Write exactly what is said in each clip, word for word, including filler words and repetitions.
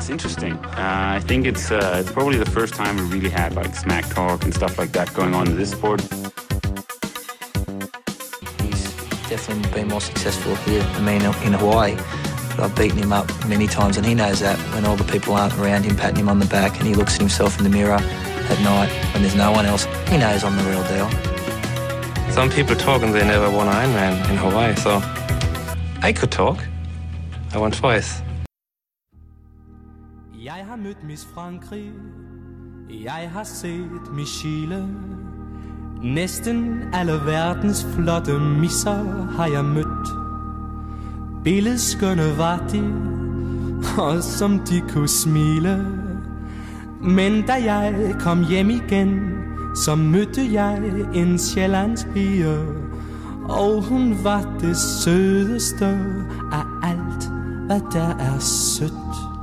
it's interesting. Uh, I think it's uh, it's probably the first time we really had like smack talk and stuff like that going on in this sport. He's definitely been more successful here than me in Hawaii. But I've beaten him up many times, and he knows that when all the people aren't around him patting him on the back and he looks at himself in the mirror at night when there's no one else, he knows I'm the real deal. Some people talk and they never won Ironman in Hawaii, so I could talk. I won twice. Jeg har mødt Miss Frankrig, jeg har set Miss Chile. Næsten alle verdens flotte misser har jeg mødt. Billedskønne var de, og som de kunne smile. Men da jeg kom hjem igen, så mødte jeg en sjællandsk pige, og hun var det sødeste af alt, hvad der er sødt.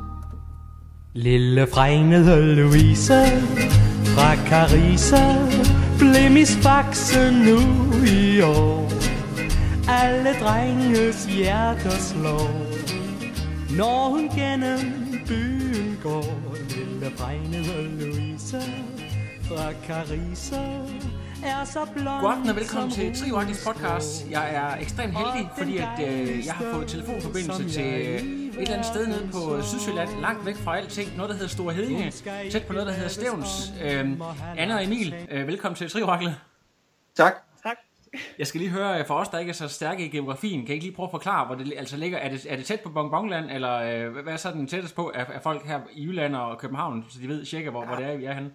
Lille fregnede Louise fra Carise blev Miss Faxe nu i år. Alle drenges hjerter slår, når hun gennem byen går. Lille fregnede Louise fra Carise er så blond. Godaften og velkommen til Trio Rugby's podcast. Jeg er ekstremt heldig, fordi at, øh, jeg har fået telefonforbindelse til øh, et eller andet sted nede på Sydsjælland, langt væk fra alting. Noget, der hedder Store Hedinge, tæt på noget, der hedder Stævns. Øh, Anna og Emil, øh, velkommen til Trio Rugby. Tak. Tak. Jeg skal lige høre, for os, der ikke er så stærke i geografien, kan I ikke lige prøve at forklare, hvor det altså ligger? Er det, er det tæt på Bonbonland, eller øh, hvad er så den tættest på af, af folk her i Jylland og København, så de ved cirka, hvor, ja. hvor det er, vi er henne?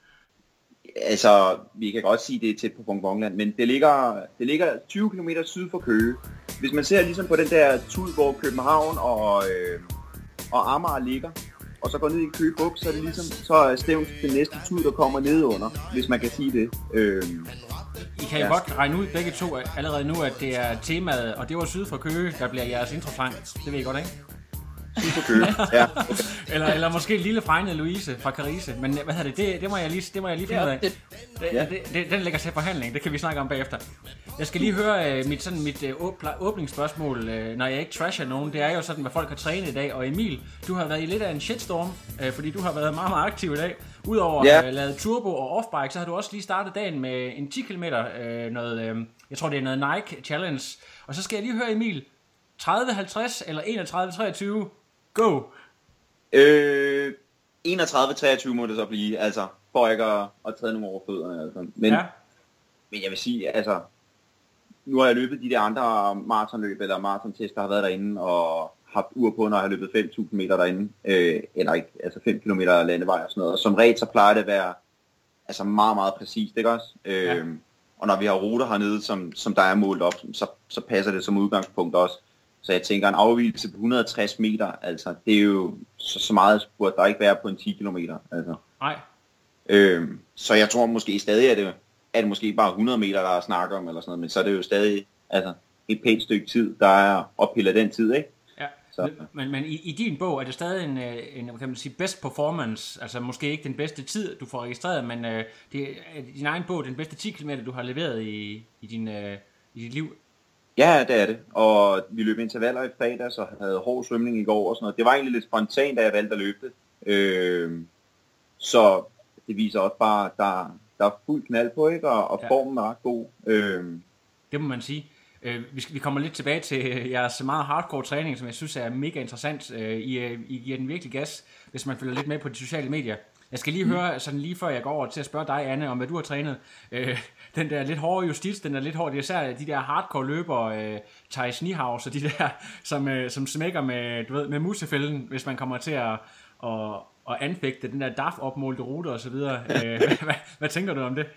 Altså, vi kan godt sige, at det er tæt på Bonbonland, men det ligger, det ligger tyve kilometer syd for Køge. Hvis man ser ligesom på den der tud, hvor København og, øh, og Amager ligger, og så går ned i Køge Bugt, så er det ligesom, så er Stævns den næste tud, der kommer ned under, hvis man kan sige det. Øh, I kan jo ja. godt regne ud begge to allerede nu, at det er temaet, og det var syd for Køge, der bliver jeres introsang. Det ved I godt, ikke? Syd for Køge, ja. eller, eller måske lille fregnede Louise fra Carise. Men hvad hedder det? Det, det må jeg lige, det må jeg lige finde ud af. Det, det, det, det, den lægger til forhandling, det kan vi snakke om bagefter. Jeg skal lige høre uh, mit, sådan, mit uh, åbningsspørgsmål, uh, når jeg ikke trasher nogen. Det er jo sådan, hvad folk har trænet i dag. Og Emil, du har været i lidt af en shitstorm, uh, fordi du har været meget, meget aktiv i dag. Udover at yeah. uh, lavet turbo og offbike, så har du også lige startet dagen med en ti kilometer, uh, noget, uh, jeg tror det er noget Nike Challenge. Og så skal jeg lige høre Emil, tredive halvtreds eller enogtredive treogtyve? Go! Øh, enogtredive treogtyve må det så blive, altså, for ikke at, at træde nogle over fødderne. Altså. Men, ja. men jeg vil sige, altså, nu har jeg løbet de der andre maratonløb, eller maratontest, der har været derinde, og haft ur på, når jeg har løbet fem tusind meter derinde, øh, eller ikke, altså fem kilometer landevej og sådan noget. Og som regel, så plejer det at være altså meget, meget præcist, ikke også? Øh, ja. Og når vi har ruter hernede, som, som der er målt op, så, så passer det som udgangspunkt også. Så jeg tænker, en afvigelse på et hundrede og tres meter, altså, det er jo så, så meget, burde der ikke være på en ti kilometer, altså. Nej. Øhm, så jeg tror måske stadig, at det, at det måske bare hundrede meter, der er snakker om, eller sådan noget, men så er det jo stadig, altså, et pænt stykke tid, der er ophældet den tid, ikke? Ja, så. men, men i, i din bog, er det stadig en, en, kan man sige, best performance, altså måske ikke den bedste tid, du får registreret, men øh, det er din egen bog, den bedste ti kilometer, du har leveret i, i, din, øh, i dit liv? Ja, det er det. Og vi løb intervaller i fredags og havde hård svømning i går og sådan noget. Det var egentlig lidt spontant, da jeg valgte at løbe det. Øh, så det viser også bare, at der, der er fuld knald på, ikke? Og, og ja. formen er ret god. Øh. Det må man sige. Øh, vi, vi kommer lidt tilbage til jeres meget hardcore træning, som jeg synes er mega interessant. Øh, I, I giver den virkelig gas, hvis man følger lidt med på de sociale medier. Jeg skal lige høre, sådan lige før jeg går over til at spørge dig, Anne, om hvad du har trænet. Øh, den der lidt hårde justits, den der lidt hårde, det er især de der hardcore løbere, øh, Thijs Niehaus og de der, som, øh, som smækker med, du ved, med musefælden, hvis man kommer til at, at, at anfægte den der D A F-opmålte rute og så videre. Øh, hvad, hvad, hvad tænker du om det?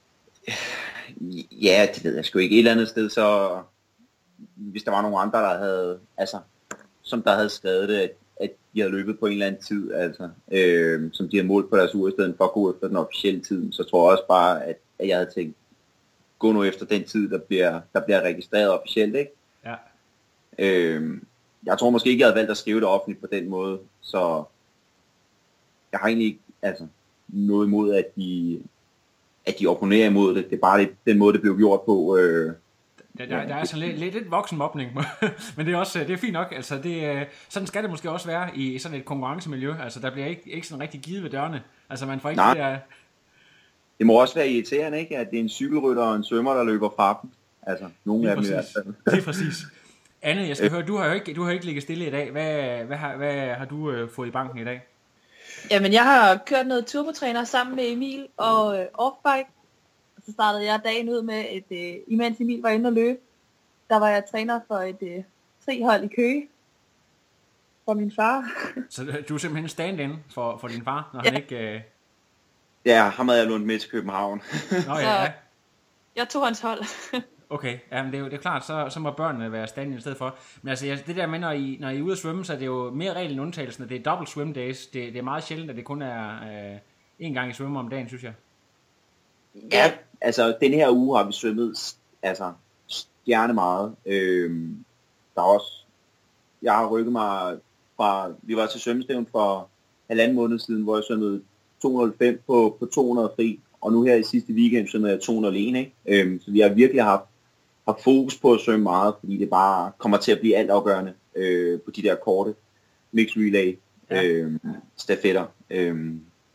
Ja, det ved jeg sgu ikke. Et eller andet sted, så hvis der var nogle andre, der havde, altså, som der havde skrevet det, at de havde løbet på en eller anden tid, altså, øh, som de havde målt på deres uger, i stedet for at gå efter den officielle tid, så tror jeg også bare, at, at jeg havde tænkt, gå nu efter den tid, der bliver, der bliver registreret officielt, ikke? Ja. Øh, jeg tror måske ikke, jeg havde valgt at skrive det offentligt på den måde, så jeg har egentlig ikke, altså, noget imod, at de, at de opponerer imod det. Det er bare det, den måde, det blev gjort på, øh, Der, der, der er sådan lidt, lidt, lidt voksenmobning, men det er også det er fint nok. Altså, det, sådan skal det måske også være i sådan et konkurrencemiljø. Altså, der bliver ikke, ikke sådan rigtig givet ved dørene. Altså, man får ikke det der... Det må også være irriterende, ikke? At det er en cykelrytter og en svømmer, der løber fra dem. Altså, nogle af dem i hvert fald. Det er præcis. Anne, jeg skal høre, du har jo ikke, du har ikke ligget stille i dag. Hvad, hvad, har, hvad har du øh, fået i banken i dag? Jamen, jeg har kørt noget turbotræner sammen med Emil og øh, offbike. Og så startede jeg dagen ud med, et, øh, imens Emil var inde og løbe, der var jeg træner for et øh, trihold i Køge for min far. Så du er simpelthen stand-in for, for din far, når ja. han ikke... Øh... Ja, ham havde jeg lånt med til København. Nå ja, ja. Jeg tog hans hold. Okay, ja, men det er jo det er klart, så, så må børnene være stand-in i stedet for. Men altså, det der med, når I, når I er ude at svømme, så er det jo mere regel end undtagelsen, at det er double swim days. Det, det er meget sjældent, at det kun er øh, en gang i svømmer om dagen, synes jeg. Ja, altså, den her uge har vi svømmet, altså, stjerne meget. Øhm, der er også, jeg har rykket mig fra, vi var til svømmestævn for halvanden måned siden, hvor jeg svømmede to nul fem på, på to hundrede fri. Og nu her i sidste weekend svømmede jeg to nul en, ikke? Øhm, så vi har virkelig haft, haft fokus på at svømme meget, fordi det bare kommer til at blive altafgørende øh, på de der korte mix relay ja. øh, stafetter. Øh.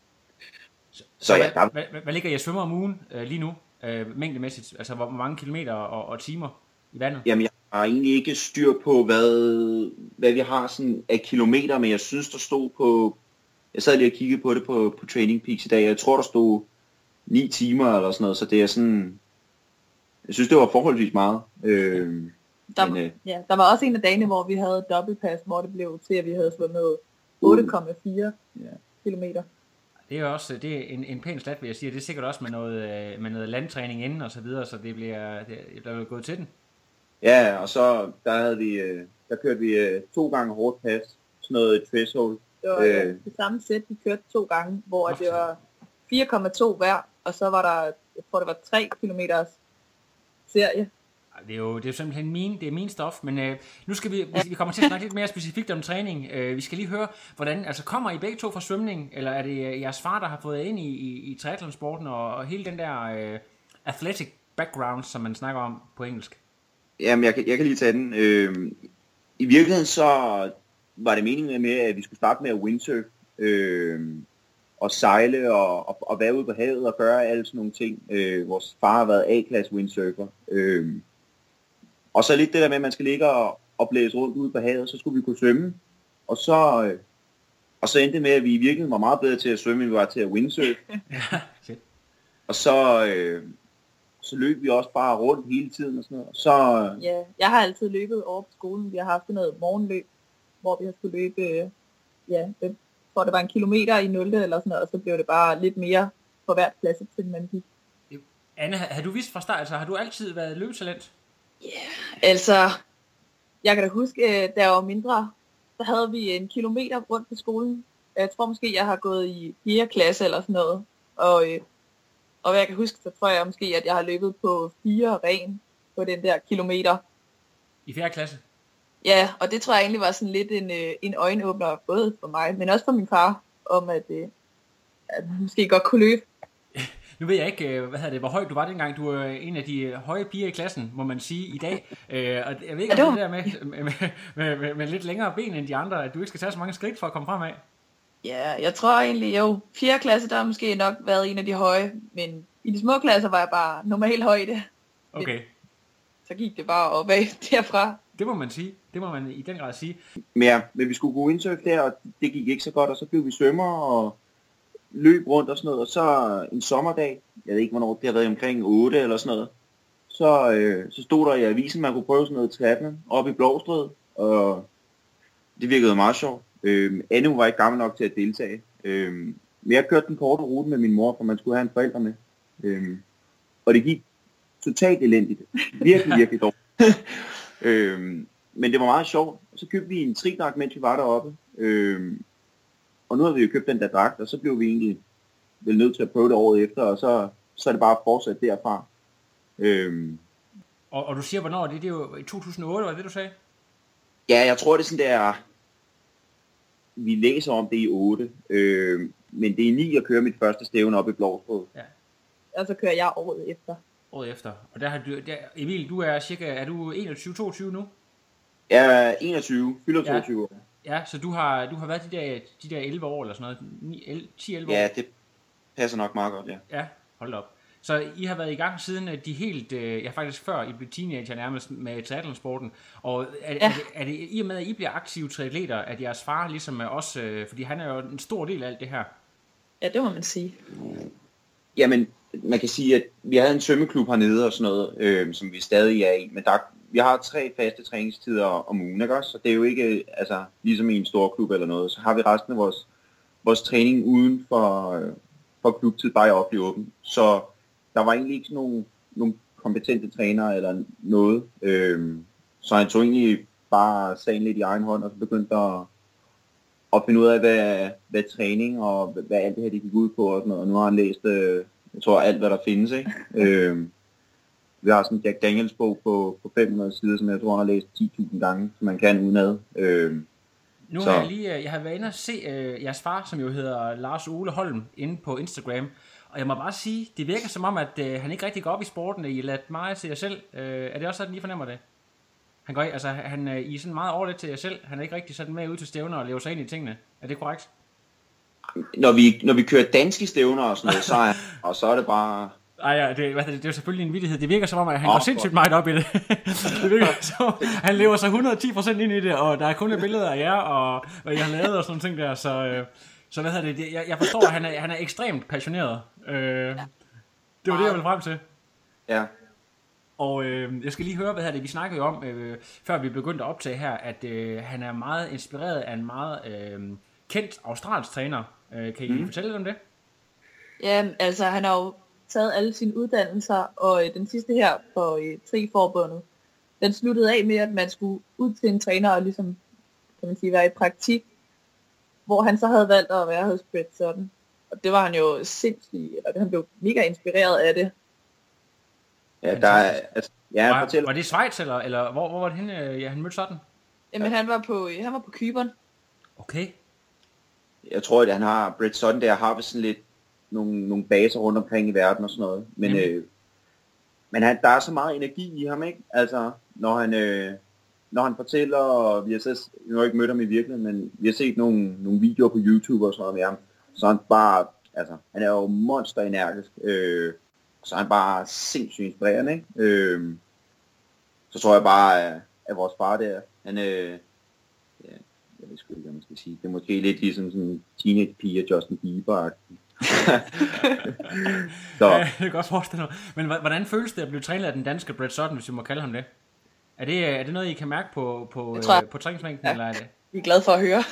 Så, så ja, hvad, hvad, hvad ligger jeg svømmer om ugen øh, lige nu, øh, mængdemæssigt? Altså hvor mange kilometer og, og timer i vandet? Jamen jeg har egentlig ikke styr på, hvad, hvad vi har sådan af kilometer, men jeg synes, der stod på, jeg sad lige og kiggede på det på, på Training Peaks i dag, jeg tror, der stod ni timer eller sådan noget, så det er sådan, jeg synes, det var forholdsvis meget. Øh, der, men, øh, ja, der var også en af dagene, hvor vi havde dobbeltpass, hvor det blev til, at vi havde svømmet otte komma fire uh. kilometer. Det er også det er en, en pæn slat, vil jeg sige. Det er sikkert også med noget, med noget landtræning inden og så videre, så det bliver, det, der er gået til den. Ja, og så der havde vi, der kørte vi to gange hårdt pas, sådan noget threshold. Det var øh, det samme sæt, vi kørte to gange, hvor det var fire komma to hver, og så var der, jeg tror det var tre kilometers serie. Det er jo det er simpelthen min, det er min stof, men øh, nu skal vi, vi, vi kommer til at snakke lidt mere specifikt om træning. Øh, vi skal lige høre, hvordan, altså kommer I begge to fra svømning, eller er det jeres far, der har fået ind i, i, i triathlonsporten, og, og hele den der øh, athletic background, som man snakker om på engelsk? Jamen, jeg kan, jeg kan lige tage den. Øh, I virkeligheden så var det meningen med, at vi skulle starte med at windsurf, øh, og sejle og, og, og være ude på havet og gøre alle sådan nogle ting. Øh, vores far har været A-klasse windsurfer. Øh, og så lidt det der med, at man skal ligge og, og blæse rundt ude på havet, så skulle vi kunne svømme. Og så, øh, og så endte det med, at vi i virkeligheden var meget bedre til at svømme, end vi var til at windsurfe. Og så, øh, så løb vi også bare rundt hele tiden og sådan noget. Og så, ja, jeg har altid løbet over på skolen. Vi har haft noget morgenløb, hvor vi har skulle løbe, øh, ja, jeg tror det var en kilometer i nul eller sådan noget, og så blev det bare lidt mere på hvert klassetrin, man gik. Anne, har du vidst fra start, altså har du altid været løbetalent? Ja, yeah, altså, jeg kan da huske, da jeg var mindre, så havde vi en kilometer rundt på skolen. Jeg tror måske, jeg har gået i fjerde klasse eller sådan noget, og, og hvad jeg kan huske, så tror jeg måske, at jeg har løbet på fire ren på den der kilometer. I fjerde klasse? Ja, og det tror jeg egentlig var sådan lidt en, en øjenåbner, både for mig, men også for min far, om at, at han måske godt kunne løbe. Nu ved jeg ikke, hvad hedder det, hvor høj du var dengang. Du er en af de høje piger i klassen, må man sige, i dag. Og jeg ved ikke, om det der med, med, med, med, med lidt længere ben end de andre, at du ikke skal tage så mange skridt for at komme fremad. Ja, jeg tror egentlig, jo, fjerde klasse, der har måske nok været en af de høje, men i de små klasser var jeg bare normal højde. Okay. Så gik det bare opad derfra. Det må man sige. Det må man i den grad sige. Men ja, men vi skulle gå windsurf der, og det gik ikke så godt, og så blev vi svømmer og løb rundt og sådan noget, og så en sommerdag, jeg ved ikke hvornår, det har været omkring otte eller sådan noget, så, øh, så stod der i avisen, man kunne prøve sådan noget triathlon op i Blovstrød, og det virkede meget sjovt. Øh, Anne var ikke gammel nok til at deltage, øh, men jeg kørte den korte rute med min mor, for man skulle have en forælder med, øh, og det gik totalt elendigt, virkelig, virkelig dårligt. øh, men det var meget sjovt, og så købte vi en tridragt, mens vi var deroppe, øh, og nu har vi jo købt den der dragt, og så blev vi egentlig vel nødt til at prøve det året efter, og så, så er det bare fortsat derfra. Øhm. Og, og du siger, hvornår det? Det er jo i to tusind og otte, var det det, du sagde? Ja, jeg tror, det er sådan der, vi læser om det i otte, øh, men det er ni at køre mit første stævne op i Blovstrød. Ja. Og så kører jeg året efter. året efter. Og der har du, der, Emil, du er cirka, er du enogtyve toogtyve nu? Jeg er enogtyve, fylder toogtyve ja. år. Ja, så du har, du har været de der, de der elleve år eller sådan noget, ti elleve år? Ja, det passer nok meget godt, ja. Ja, hold op. Så I har været i gang siden de helt, ja faktisk før I blev teenager nærmest med triathlonsporten. Og er, ja. er, det, er det i og med, at I bliver aktive triatleter, at jeres far ligesom er også, fordi han er jo en stor del af alt det her? Ja, det må man sige. Jamen, man kan sige, at vi havde en svømmeklub hernede og sådan noget, øh, som vi stadig er i, men der, vi har tre faste træningstider om ugen, ikke også? Så det er jo ikke, altså, ligesom i en stor klub eller noget, så har vi resten af vores, vores træning uden for, øh, for klubtid, bare i offentlig åben. Så der var egentlig ikke sådan nogle, nogle kompetente trænere eller noget, øh, så han tog egentlig bare sagen lidt i egen hånd, og så begyndte at, at finde ud af, hvad, hvad træning og hvad, hvad alt det her de gik ud på og sådan noget, og nu har han læst, øh, jeg tror, alt hvad der findes, ikke? øh, vi har sådan en Jack Daniels bog på, på fem hundrede sider, som jeg tror, han har læst ti tusind gange, som man kan udenad. Øh, nu har jeg lige, jeg har været inde og se øh, jeres far, som jo hedder Lars Ole Holm, inde på Instagram. Og jeg må bare sige, det virker som om, at øh, han ikke rigtig går op i sporten. I lader meget til jer selv. Øh, er det også sådan, I fornemmer det? Han går, altså, han er I sådan meget overlet til jer selv. Han er ikke rigtig sådan med ud til stævner og lever sig ind i tingene. Er det korrekt? Når vi, når vi kører danske stævner og sådan noget, så er, og så er det bare... Ej, ja, det, det, det er jo selvfølgelig en vittighed. Det virker som om, at han oh, går sindssygt meget op i det. Det virker som han lever sig hundrede og ti procent ind i det, og der er kun et billede af jer, og hvad jeg har lavet og sådan ting der, så... Øh, Så hvad hedder det? Jeg, jeg forstår, at han er, han er ekstremt passioneret. Øh, ja. Det var det, jeg ville frem til. Ja. Og øh, jeg skal lige høre, hvad hedder det? Vi snakkede jo om, øh, før vi begyndte at optage her, at øh, han er meget inspireret af en meget øh, kendt australsk træner. Øh, kan I mm. fortælle lidt om det? Ja, altså han har jo taget alle sine uddannelser, og øh, den sidste her på øh, Tri-forbundet, den sluttede af med, at man skulle ud til en træner og ligesom, kan man sige, være i praktik, hvor han så havde valgt at være hos Brett Sutton. Og det var han jo sindssygt, eller han blev mega inspireret af det. Ja, der er, altså, ja, var, fortæl. Var det i Schweiz, eller, eller hvor, hvor var det henne, ja, han mødte Sutton? Jamen ja. han var på, han var på Cypern. Okay. Jeg tror, at han har, Brett Sutton der har sådan lidt nogle, nogle baser rundt omkring i verden og sådan noget. Men, mm. øh, men han, der er så meget energi i ham, ikke? Altså, når han... Øh, Når han fortæller, og vi har set, jeg har ikke mødt ham i virkeligheden, men vi har set nogle, nogle videoer på YouTube og sådan noget med ham, så han bare, altså, han er jo monsterenergisk, øh, så han bare sindssygt inspirerende, ikke? Øh, så tror jeg bare, at, at vores far der, han, øh, ja, jeg ved sgu ikke, hvad man skal sige, det er måske lidt ligesom sådan en teenage-pige af Justin Bieber. Så. Ja, det kan godt forestille mig. Men hvordan føles det at blive trænet af den danske Brett Sutton, hvis vi må kalde ham det? Er det, er det noget, I kan mærke på, på, øh, på træningsmængden, ja. Eller er det? Vi er glade for at høre.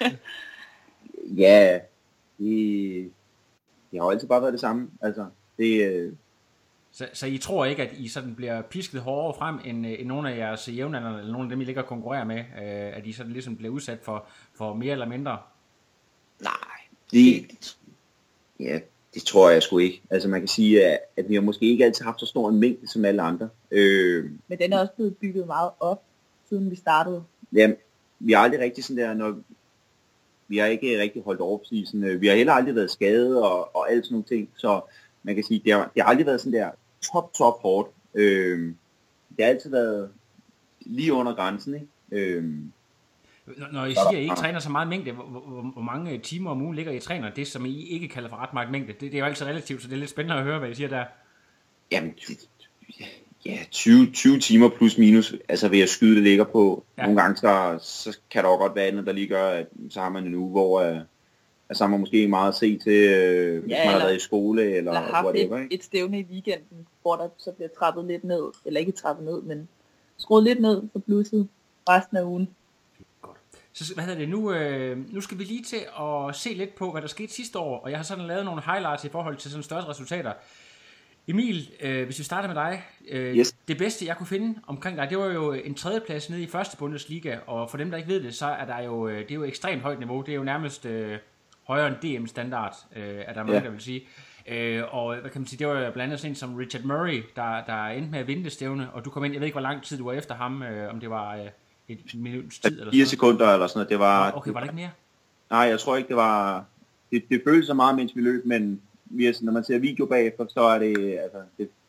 Ja, det, det har jo altid bare været det samme. Altså, det, øh... så, så I tror ikke, at I sådan bliver pisket hårdere frem, end, end nogle af jeres jævnaldrende, eller nogle af dem, I ligger og konkurrerer med, øh, at I sådan ligesom bliver udsat for, for mere eller mindre? Nej, det, ja, det tror jeg sgu ikke. Altså man kan sige, at, at vi har måske ikke altid haft så stor en mængde som alle andre. Øh, Men den er også blevet bygget meget op, siden vi startede. Ja, vi har aldrig rigtig sådan der, når vi har ikke rigtig holdt off-season. Vi har heller aldrig været skadet og, og alt sådan nogle ting. Så man kan sige, det har, det har aldrig været sådan der top, top hårdt. Øh, det har altid været lige under grænsen, ikke? Øh, Når, når I siger, at I ikke træner så meget mængde, hvor, hvor, hvor mange timer om ugen ligger I træner, det som I ikke kalder for ret meget mængde, det, det er jo altid relativt, så det er lidt spændende at høre, hvad I siger der. Jamen, ja, tyve, tyve timer plus minus, altså ved at skyde det ligger på. Ja. Nogle gange, så, så kan der jo godt være andet, der lige gør, at så har man en uge, hvor uh, altså, man måske meget at se til, uh, hvis ja, man har været i skole, eller, eller haft whatever, et, et stævne i weekenden, hvor der så bliver trappet lidt ned, eller ikke trappet ned, men skruet lidt ned for plusset resten af ugen. Så hvad hedder det, nu, øh, nu skal vi lige til at se lidt på, hvad der skete sidste år, og jeg har sådan lavet nogle highlights i forhold til sådan større resultater. Emil, øh, hvis vi starter med dig, øh, yes. Det bedste jeg kunne finde omkring dig, det var jo en tredjeplads nede i første Bundesliga, og for dem der ikke ved det, så er der jo, det er jo ekstremt højt niveau, det er jo nærmest øh, højere end D M-standard, øh, er der mange, yeah. der vil sige. Øh, og hvad kan man sige, det var blandt andet sådan en som Richard Murray, der, der endte med at vinde det stævne, og du kom ind, jeg ved ikke hvor lang tid du var efter ham, øh, om det var... Øh, et minuts tid eller fire sekunder eller sådan noget. Det var, okay, var det ikke mere? Nej, jeg tror ikke, det var... Det, det føltes så meget, mens vi løb, men vi er, når man ser video bagefter, så er det... Altså, det,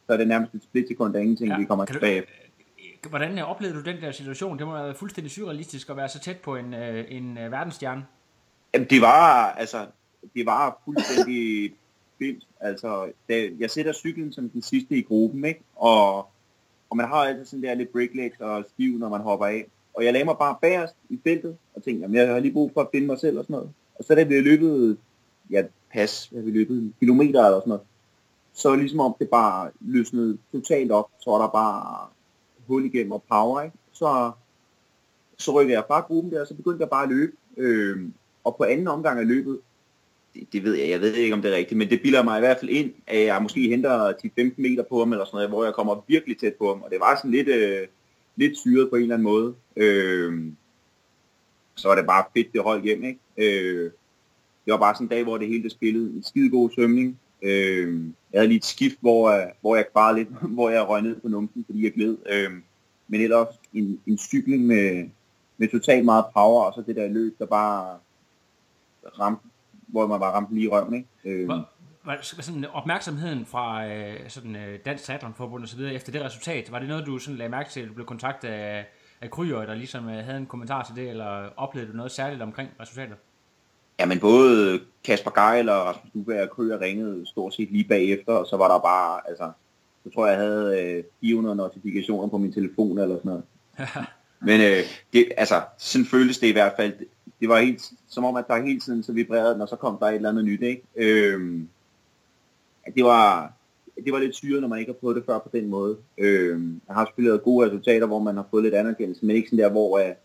så er det nærmest et splitsekund, der ingenting, ja. vi kommer tilbage efter. Hvordan oplevede du den der situation? Det må have været fuldstændig surrealistisk at være så tæt på en, en verdensstjerne. Jamen, det var, altså, det var fuldstændig vildt. Altså, det, jeg sætter cyklen som den sidste i gruppen, ikke? Og, og man har altid sådan der lidt breaklegs og stiv, når man hopper af. Og jeg lagde mig bare bagerst i feltet og tænkte, jamen, jeg har lige brug for at finde mig selv og sådan noget. Og så da vi løbet, ja, pas, hvad vi løbet, kilometer eller sådan noget, så ligesom om det bare løsnede totalt op, så var der bare hul igennem og power, ikke? Så, så rykkede jeg fra gruppen der, og så begyndte jeg bare at løbe. Øh, og på anden omgang af løbet, det, det ved jeg, jeg ved ikke om det er rigtigt, men det bilder mig i hvert fald ind, at jeg måske henter ti til femten meter på ham, eller sådan noget, hvor jeg kommer virkelig tæt på ham, og det var sådan lidt, øh, lidt syret på en eller anden måde. Øh, så var det bare fedt, det holdt hjem, ikke? Øh, det var bare sådan en dag, hvor det hele det spillede en skide god svømning. Øh, jeg havde lige et skift, hvor, jeg, hvor jeg kvarede lidt, hvor jeg røg ned på numsen, fordi jeg gled. Øh, men ellers en, en cykling med, med totalt meget power, og så det der løb, der bare ramte, hvor man bare ramte lige i røven, ikke? Øh. Hvad, hvad, sådan opmærksomheden fra øh, sådan, øh, Dansk Triathlon-forbund og så videre efter det resultat, var det noget, du sådan lagde mærke til, at du blev kontaktet af, af Kryer, der ligesom øh, havde en kommentar til det, eller oplevede du noget særligt omkring resultatet? Ja, men både Kasper Geil og Rasmus Duberg og Kryer ringede stort set lige bagefter, og så var der bare, altså, så tror jeg, jeg havde øh, fire hundrede notifikationer på min telefon eller sådan noget. Men øh, det, altså, sådan føltes det i hvert fald. Det var helt, som om, at der hele tiden så vibrerede den, og så kom der et eller andet nyt, ikke? Øh, det var, det var lidt syret, når man ikke har prøvet det før på den måde. Øh, jeg har spillet gode resultater, hvor man har fået lidt anerkendelse, men ikke sådan der, hvor øh,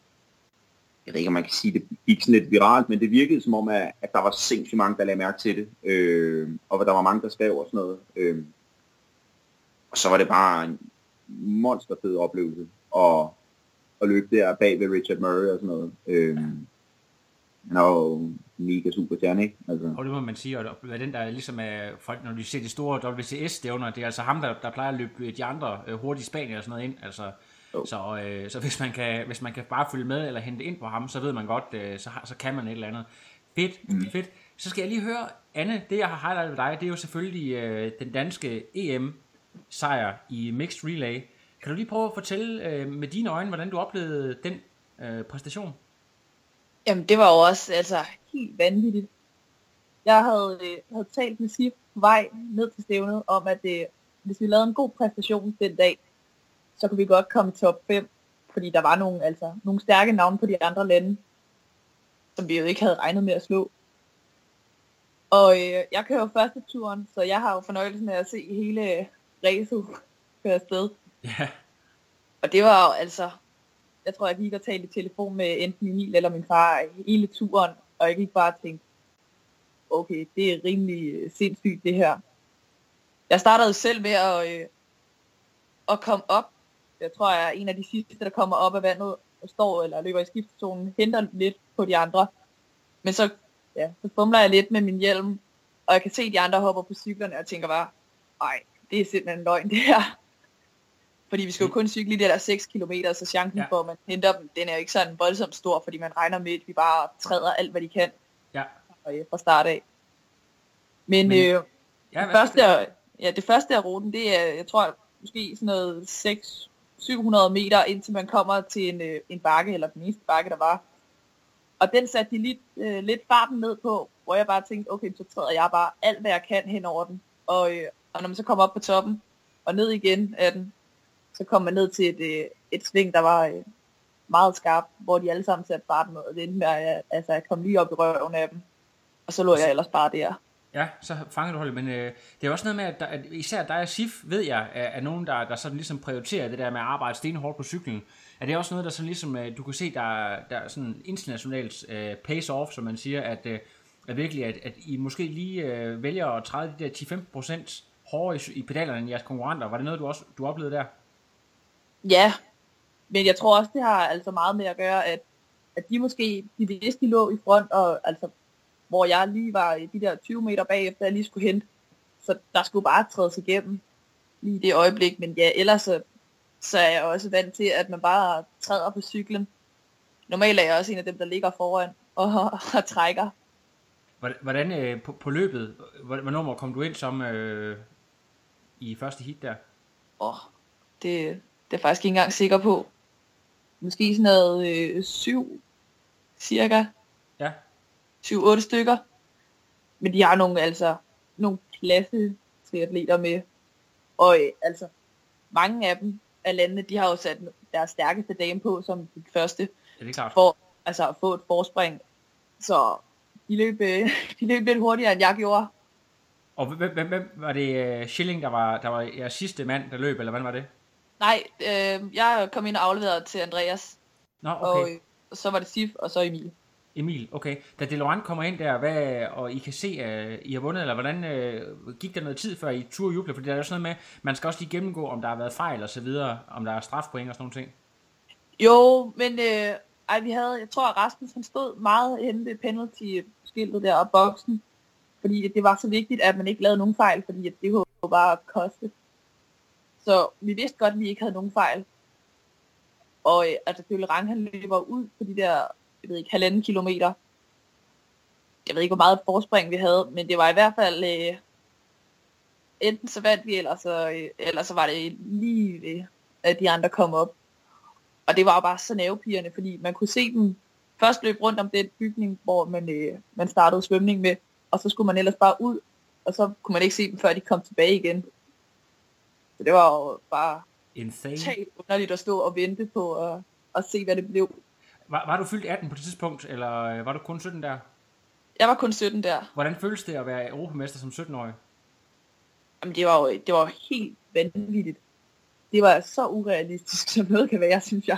jeg ved ikke, om man kan sige, det gik sådan lidt viralt, men det virkede som om, at, at der var sindssygt mange, der lagde mærke til det, øh, og der var mange, der skrev og sådan noget. Øh, og så var det bare en monsterfed oplevelse at, at løbe der bag ved Richard Murray og sådan noget. Øh, han er jo mega super stjerne, ikke? Altså. Og det må man sige, og den der ligesom er, når du ser de store W C S-stævner, det er altså ham, der, der plejer at løbe de andre hurtigt i Spanien og sådan noget ind, altså. Oh. Så, øh, så hvis man kan hvis man kan bare følge med eller hente ind på ham, så ved man godt, øh, så, så kan man et eller andet. Fedt, mm. fedt. Så skal jeg lige høre, Anne, det jeg har highlightet ved dig, det er jo selvfølgelig øh, den danske E M-sejr i Mixed Relay. Kan du lige prøve at fortælle øh, med dine øjne, hvordan du oplevede den øh, præstation? Jamen, det var jo også altså, helt vanvittigt. Jeg havde, øh, havde talt med Sif på vej ned til stævnet om, at øh, hvis vi lavede en god præstation den dag, så kunne vi godt komme i top fem, fordi der var nogle, altså, nogle stærke navne på de andre lande, som vi jo ikke havde regnet med at slå. Og øh, jeg kører jo første turen, så jeg har jo fornøjelsen af at se hele racet køre afsted. Yeah. Og det var jo altså, jeg tror jeg gik og talte i telefon med enten Emil eller min far hele turen, og jeg gik bare og tænkte, okay, det er rimelig sindssygt det her. Jeg startede selv med at, øh, at komme op. Jeg tror, jeg er en af de sidste, der kommer op af vandet og står eller løber i skiftezonen, henter lidt på de andre. Men så, ja, så fumler jeg lidt med min hjelm, og jeg kan se, at de andre hopper på cyklerne, og jeg tænker bare, ej, det er simpelthen en løgn det her. Fordi vi skal jo kun cykle i det der seks kilometer, så chancen ja. for, at man henter dem, den er jo ikke sådan voldsomt stor, fordi man regner med, at vi bare træder alt, hvad de kan ja. fra start af. Men, Men øh, ja, det, første, ja, det første af ruten, det er, jeg tror, måske sådan noget seks til syv hundrede meter, indtil man kommer til en, en bakke, eller den eneste bakke, der var. Og den satte de lidt, øh, lidt farten ned på, hvor jeg bare tænkte, okay, så træder jeg bare alt, hvad jeg kan hen over den. Og, øh, og når man så kommer op på toppen, og ned igen af den, så kom man ned til et, et sving, der var øh, meget skarpt, hvor de alle sammen satte farten ned, og det endte med, at jeg, altså, jeg kom lige op i røven af dem, og så lå jeg ellers bare der. Ja, så fanger du holdet, men øh, det er også noget med, at, der, at især dig og Sif, ved jeg, er, er nogen, der, der sådan ligesom prioriterer det der med at arbejde stenhårdt på cyklen. Er det også noget, der sådan ligesom, øh, du kan se, der, der er sådan internationalt øh, pace-off, som man siger, at, øh, at virkelig, at, at I måske lige øh, vælger at træde de der ti til femten procent hårdere i, i pedalerne end jeres konkurrenter. Var det noget, du også du oplevede der? Ja, men jeg tror også, det har altså meget med at gøre, at, at de måske, de vidste, de lå i front, og altså, hvor jeg lige var i de der tyve meter bagefter, jeg lige skulle hente. Så der skulle bare trædes igennem lige i det øjeblik. Men ja, ellers så, så er jeg også vant til, at man bare træder på cyklen. Normalt er jeg også en af dem, der ligger foran og, og trækker. Hvordan øh, på, på løbet, hvornår kom du ind som, øh, i første hit der? Åh, oh, det, det er jeg faktisk ikke engang sikker på. Måske sådan noget øh, syv, cirka. Ja. syv otte stykker. Men de har nogle, altså, nogle klasse triatleter med. Og øh, altså, mange af dem af landene, de har jo sat deres stærkeste dame på som det første. Ja, det er klart. For altså, at få et forspring. Så de løb, øh, de løb lidt hurtigere, end jeg gjorde. Og hvem, hvem, hvem var det uh, Schilling, der var, der var jeres sidste mand, der løb, eller hvad var det? Nej, øh, jeg kom ind og afleverede til Andreas. Nå, okay. Og, og så var det Sif, og så Emil. Emil, okay. Da DeLorean kommer ind der, hvad, og I kan se, at I har vundet, eller hvordan øh, gik der noget tid, før I turde juble? Fordi der er jo sådan noget med, man skal også lige gennemgå, om der har været fejl og så videre, om der er strafpoint og sådan nogle ting. Jo, men øh, ej, vi havde, jeg tror, at Rasmus han stod meget henne ved penalty-skiltet der og boksen. Fordi det var så vigtigt, at man ikke lavede nogen fejl, fordi det kunne jo bare koste. Så vi vidste godt, at vi ikke havde nogen fejl. Og øh, altså, DeLorean han løber ud på de der, jeg ved ikke, halvanden kilometer. Jeg ved ikke, hvor meget forspring vi havde, men det var i hvert fald, øh, enten så vandt vi, eller så, øh, eller så var det lige ved, at de andre kom op. Og det var jo bare så nervepirrende, fordi man kunne se dem først løbe rundt om den bygning, hvor man, øh, man startede svømning med, og så skulle man ellers bare ud, og så kunne man ikke se dem, før de kom tilbage igen. Så det var jo bare totalt underligt at stå og vente på at, at se, hvad det blev. Var, var du fyldt atten på det tidspunkt, eller var du kun sytten der? Jeg var kun sytten der. Hvordan føles det at være europamester som sytten-årig? Jamen, det var jo det var helt vanvittigt. Det var så urealistisk, som noget kan være, synes jeg.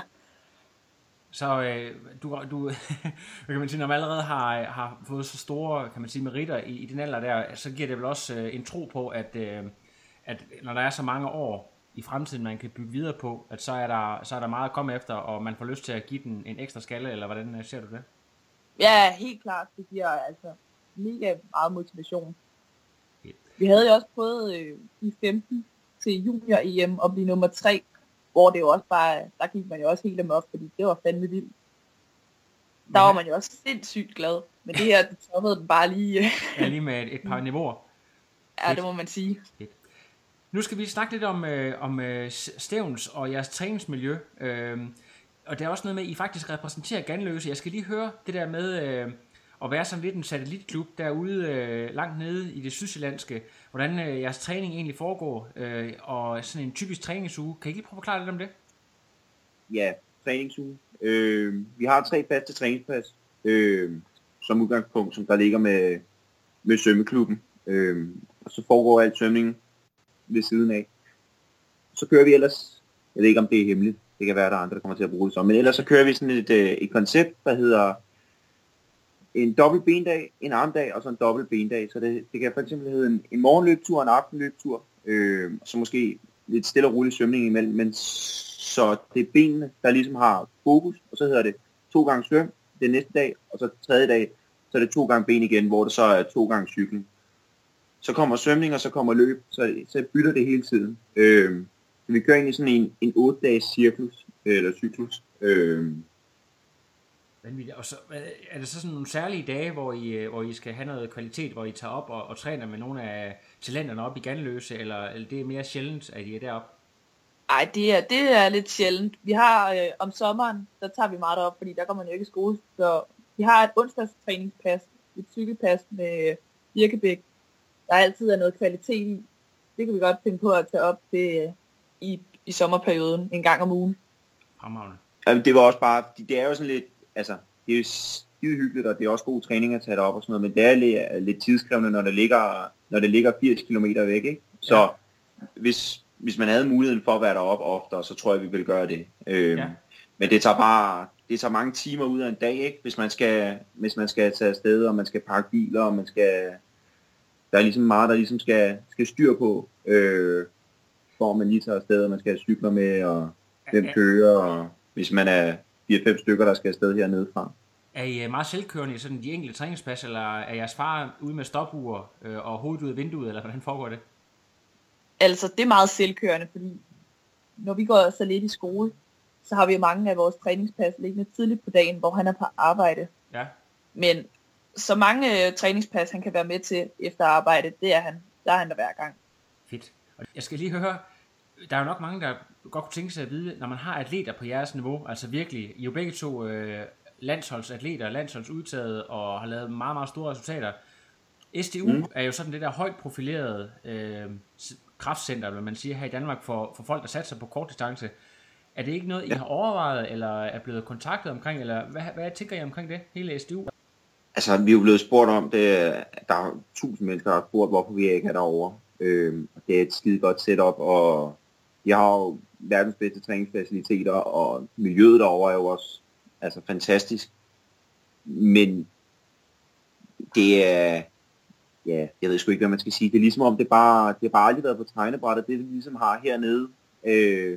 Så øh, du, du kan man sige, når man allerede har, har fået så store, kan man sige, meritter i, i den alder der, så giver det vel også øh, en tro på, at, øh, at når der er så mange år i fremtiden, man kan bygge videre på, at så er der, så er der meget at komme efter, og man får lyst til at give den en ekstra skalle, eller hvordan ser du det? Ja, helt klart. Det giver altså mega meget motivation. Okay. Vi havde jo også prøvet øh, i femten til junior-E M og blive nummer tre, hvor det jo også bare, der gik man jo også helt amok, fordi det var fandme vildt. Der var man jo også sindssygt glad, men det her, det toppede den bare lige. Ja, lige med et, et par niveauer. Ja, det må man sige. Fedt. Nu skal vi snakke lidt om, øh, om øh, Stevns og jeres træningsmiljø. Øh, og der er også noget med, at I faktisk repræsenterer Ganløse. Jeg skal lige høre det der med øh, at være sådan lidt en satellitklub derude øh, langt nede i det sydsjællandske. Hvordan øh, jeres træning egentlig foregår, øh, og sådan en typisk træningsuge. Kan I lige prøve at forklare lidt om det? Ja, træningsuge. Øh, vi har tre faste træningspas, øh, som udgangspunkt, som der ligger med, med svømmeklubben. Øh, og så foregår alt svømningen ved siden af. Så kører vi ellers, jeg ved ikke om det er hemmeligt, det kan være, der er andre, der kommer til at bruge det så, men ellers så kører vi sådan et, et koncept, der hedder en dobbelt bendag, en armdag og så en dobbelt bendag. Så det, det kan for eksempel hedde en, en morgenløbtur og en aftenløbtur, øh, og så måske lidt stille og rolig svømning imellem, men så det er benene, der ligesom har fokus, og så hedder det to gange svøm den næste dag, og så tredje dag, så er det to gange ben igen, hvor det så er to gange cykling. Så kommer svømning, og så kommer løb, så, så bytter det hele tiden. Øh, så vi kører egentlig sådan en, en otte dages cirklus, eller cyklus. Øh. Og så er det så sådan nogle særlige dage, hvor I, hvor I skal have noget kvalitet, hvor I tager op og, og træner med nogle af talenterne op i Ganløse, eller, eller det er mere sjældent, at I er deroppe? Ej, det er, det er lidt sjældent. Vi har øh, om sommeren, der tager vi meget op, fordi der går man jo ikke i skole, så vi har et onsdagstræningspas, et cykelpas med Birkebæk. Der altid er noget kvalitet i. Det kan vi godt finde på at tage op til, i, i sommerperioden en gang om ugen. Fremragende. Jamen, det var også bare, det er jo sådan lidt, altså, det er jo skide hyggeligt, og det er også god træning at tage det op og sådan noget, men det er lidt, lidt tidskrævende, når det ligger, når det ligger firs kilometer væk, ikke? Så ja. hvis, hvis man havde muligheden for at være deroppe oftere, så tror jeg, vi ville gøre det. Øhm, ja. Men det tager bare, det tager mange timer ud af en dag, ikke? Hvis man skal, hvis man skal tage afsted, og man skal pakke biler, og man skal, der er ligesom meget, der ligesom skal, skal styr på, øh, hvor man lige tager afsted, og man skal have cykler med, og hvem kører, og hvis man er fire fem stykker, der skal afsted hernede fra. Er I meget selvkørende i sådan de enkelte træningspas, eller er jeres far ude med stopure øh, og hovedet ud af vinduet, eller hvordan foregår det? Altså, det er meget selvkørende, fordi når vi går så lidt i skole, så har vi mange af vores træningspas liggende tidligt på dagen, hvor han er på arbejde. Ja. Men så mange øh, træningspas, han kan være med til efter arbejde, det er han. Der er han der hver gang. Fedt. Jeg skal lige høre, der er jo nok mange, der godt kunne tænke sig at vide, når man har atleter på jeres niveau, altså virkelig, I er jo begge to øh, landsholdsatleter, landsholdsudtaget og har lavet meget, meget store resultater. S D U mm. er jo sådan det der højt profilerede øh, kraftcenter, hvad man siger her i Danmark, for, for folk, der satser på kort distance. Er det ikke noget, I ja. har overvejet, eller er blevet kontaktet omkring, eller hvad, hvad tænker I omkring det, hele S D U? Altså, vi er jo blevet spurgt om det, der er tusind mennesker, der har spurgt, hvorfor vi ikke er derovre. Øhm, det er et skide godt setup, og vi har jo verdens bedste træningsfaciliteter, og miljøet derovre er jo også altså, fantastisk. Men det er, ja, jeg ved sgu ikke, hvad man skal sige. Det er ligesom om, det bare, det har bare aldrig været på tegnebrættet. Det, vi ligesom har hernede, øh,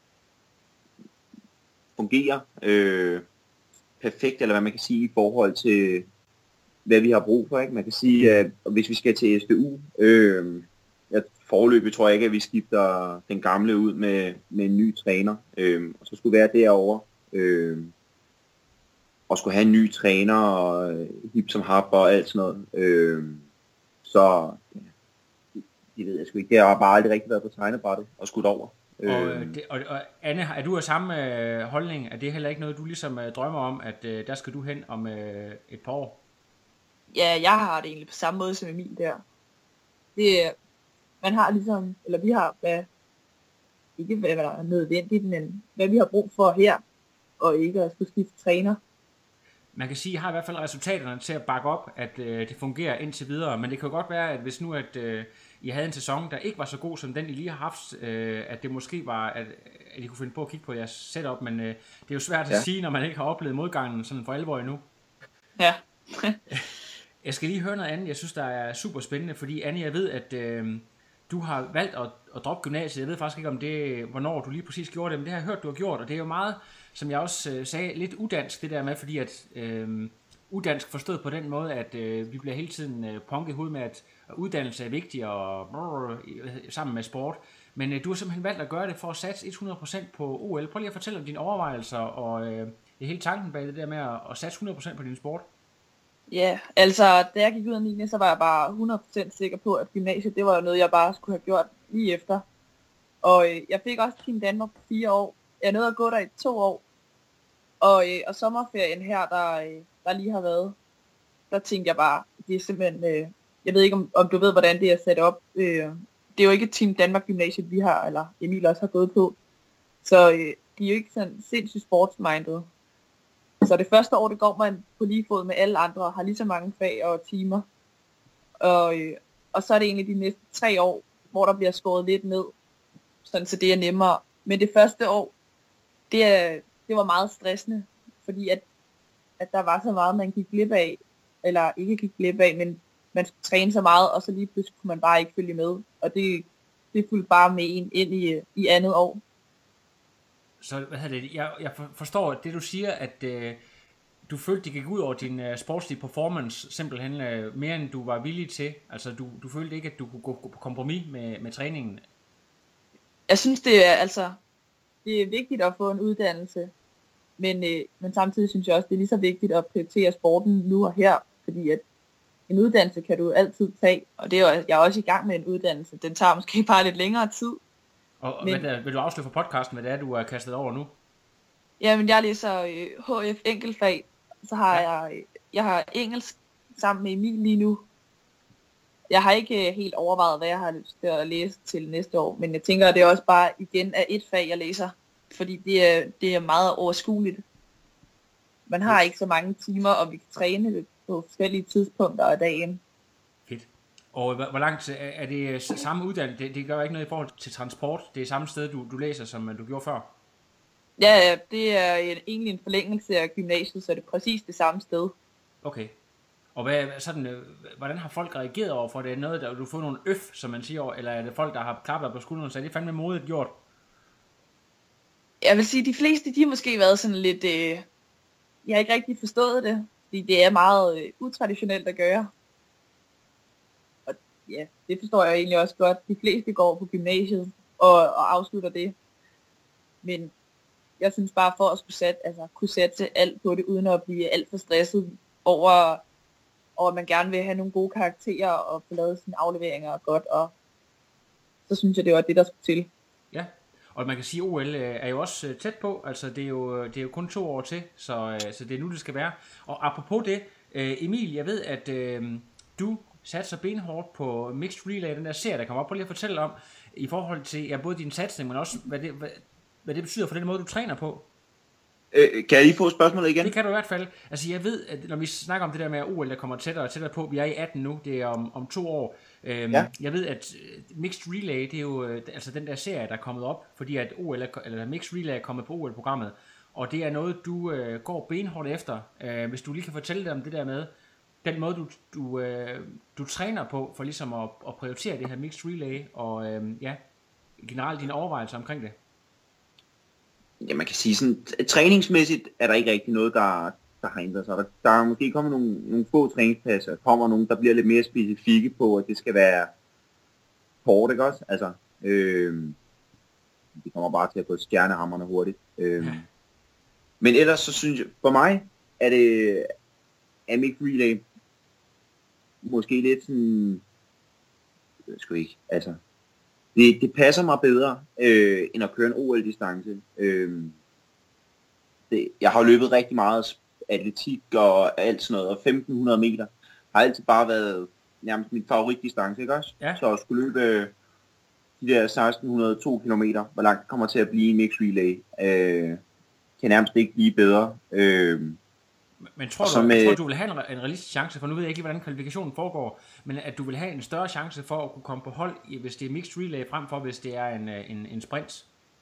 fungerer øh, perfekt, eller hvad man kan sige, i forhold til, hvad vi har brug for. Ikke? Man kan sige, at hvis vi skal til S D U, øh, jeg foreløbig tror jeg ikke, at vi skifter den gamle ud med, med en ny træner, øh, og så skulle være derovre, øh, og skulle have en ny træner, og hip som hap og alt sådan noget. Øh, så, ja, det ved jeg sgu ikke. Det har bare aldrig rigtig været på tegnebrættet og skudt over. Og, det, og, og Anne, er du af samme øh, holdning? Er det heller ikke noget, du ligesom øh, drømmer om, at øh, der skal du hen om øh, et par år? Ja, jeg har det egentlig på samme måde som Emil der. Det, man har ligesom, eller vi har, hvad, ikke hvad der er nødvendigt, men hvad vi har brug for her, og ikke at skulle skifte træner. Man kan sige, at I har i hvert fald resultaterne til at bakke op, at øh, det fungerer indtil videre, men det kan jo godt være, at hvis nu at øh, I havde en sæson, der ikke var så god som den, I lige har haft, øh, at det måske var, at, at I kunne finde på at kigge på jeres setup, men øh, det er jo svært ja. at sige, når man ikke har oplevet modgangen sådan for alvor endnu. Ja. Jeg skal lige høre noget andet, jeg synes, der er super spændende, fordi Anne, jeg ved, at øh, du har valgt at, at droppe gymnasiet. Jeg ved faktisk ikke, om det, hvornår du lige præcis gjorde det, men det har jeg hørt, du har gjort, og det er jo meget, som jeg også øh, sagde, lidt udansk det der med, fordi at øh, udansk forstået på den måde, at øh, vi bliver hele tiden øh, punket i hovedet med, at uddannelse er vigtig og brrr, sammen med sport. Men øh, du har simpelthen valgt at gøre det for at satse hundrede procent på O L. Prøv lige at fortælle om dine overvejelser og øh, hele tanken bag det der med at, at satse hundrede procent på din sport. Ja, altså da jeg gik ud af niende, så var jeg bare hundrede procent sikker på, at gymnasiet, det var jo noget, jeg bare skulle have gjort lige efter. Og øh, jeg fik også Team Danmark på fire år. Jeg nåede at gå der i to år. Og, øh, og sommerferien her, der, øh, der lige har været, der tænkte jeg bare, det er simpelthen, øh, jeg ved ikke om, om du ved, hvordan det er sat op. Øh, det er jo ikke et Team Danmark gymnasiet, vi har, eller Emil også har gået på. Så øh, de er jo ikke sådan sindssygt sportsminded. Så det første år, det går man på lige fod med alle andre, har lige så mange fag og timer. Og, øh, og så er det egentlig de næste tre år, hvor der bliver skåret lidt ned, sådan så det er nemmere. Men det første år, det, er, det var meget stressende, fordi at, at der var så meget, man gik glip af, eller ikke gik glip af, men man skulle træne så meget, og så lige pludselig kunne man bare ikke følge med. Og det, det fulgte bare med en ind i, i andet år. Så hvad hedder det? Jeg, jeg forstår det, du siger, at øh, du følte, det gik ud over din øh, sportslige performance, simpelthen øh, mere end du var villig til. Altså, du, du følte ikke, at du kunne gå, gå på kompromis med, med træningen. Jeg synes, det er, altså, det er vigtigt at få en uddannelse, men, øh, men samtidig synes jeg også, det er lige så vigtigt at prioritere sporten nu og her, fordi at en uddannelse kan du altid tage, og det er jo, jeg er også i gang med en uddannelse. Den tager måske bare lidt længere tid. Og men, hvad, vil du afsløre for podcasten, hvad det er, du er kastet over nu? Jamen, jeg læser øh, H F enkeltfag, så har ja. jeg, jeg har engelsk sammen med Emil lige nu. Jeg har ikke helt overvejet, hvad jeg har lyst til at læse til næste år, men jeg tænker, at det er også bare igen er et fag, jeg læser, fordi det er, det er meget overskueligt. Man har ikke så mange timer, og vi kan træne på forskellige tidspunkter af dagen. Fedt. Og hvor langt er det samme uddannelse? Det, det gør ikke noget i forhold til transport. Det er samme sted, du, du læser, som du gjorde før? Ja, det er en, egentlig en forlængelse af gymnasiet, så det er præcis det samme sted. Okay. Og hvad, sådan, hvordan har folk reageret over for det? Er det noget, der du får nogle øf, som man siger, eller er det folk, der har klappet på skulderen, så er det fandme modigt gjort? Jeg vil sige, at de fleste, de har måske været sådan lidt... Øh, jeg har ikke rigtig forstået det, fordi det er meget øh, utraditionelt at gøre. Og ja, det forstår jeg egentlig også godt. De fleste går på gymnasiet og, og afslutter det. Men jeg synes bare, for at skulle sætte, altså, kunne sætte alt på det, uden at blive alt for stresset over, over, at man gerne vil have nogle gode karakterer og få lavet sine afleveringer godt. Og så synes jeg, det var det, der skulle til. Ja, og man kan sige, at O L er jo også tæt på, altså det er jo, det er jo kun to år til, så, så det er nu, det skal være. Og apropos det, Emil, jeg ved, at øh, du satte sig benhårdt på Mixed Relay, den der serie, der kommer op. Prøv lige at fortælle om, i forhold til ja, både din satsning, men også, hvad det, hvad, hvad det betyder for den måde, du træner på. Øh, kan jeg lige få spørgsmålet igen? Det kan du i hvert fald. Altså jeg ved, at når vi snakker om det der med O L, der kommer tættere og tættere på, vi er i atten nu, det er om, om to år. Øhm, ja. Jeg ved, at Mixed Relay, det er jo altså den der serie, der er kommet op, fordi at O L er, eller Mixed Relay er kommet på O L-programmet, og det er noget, du øh, går benhårdt efter. Øh, hvis du lige kan fortælle dig om det der med, den måde, du, du, øh, du træner på, for ligesom at, at prioritere det her Mixed Relay, og øh, ja, generelt dine overvejelser omkring det. Ja, man kan sige sådan, træningsmæssigt er der ikke rigtig noget, der, der har ændret sig. Der, der er måske kommet nogle, nogle få træningspladser, der kommer nogle, der bliver lidt mere specifikke på, at det skal være hårdt, ikke også? Altså, øh, det kommer bare til at gå stjernehammerne hurtigt. Øh. Ja. Men ellers så synes jeg, for mig er det, er Mixed Relay måske lidt sådan, jeg ved sgu ikke, altså, Det, det passer mig bedre, øh, end at køre en O L-distance. Øh, det, jeg har løbet rigtig meget atletik og alt sådan noget, og femten hundrede meter har altid bare været nærmest min favoritdistance, ikke også? Ja. Så at skulle løbe de der seksten hundrede og to kilometer, hvor langt det kommer til at blive i Mixed Relay, øh, kan nærmest ikke blive bedre. Øh, Men tror du, med, tror du vil have en, en realistisk chance, for nu ved jeg ikke, hvordan kvalifikationen foregår, men at du vil have en større chance for at kunne komme på hold, hvis det er Mixed Relay, frem for hvis det er en, en, en sprint?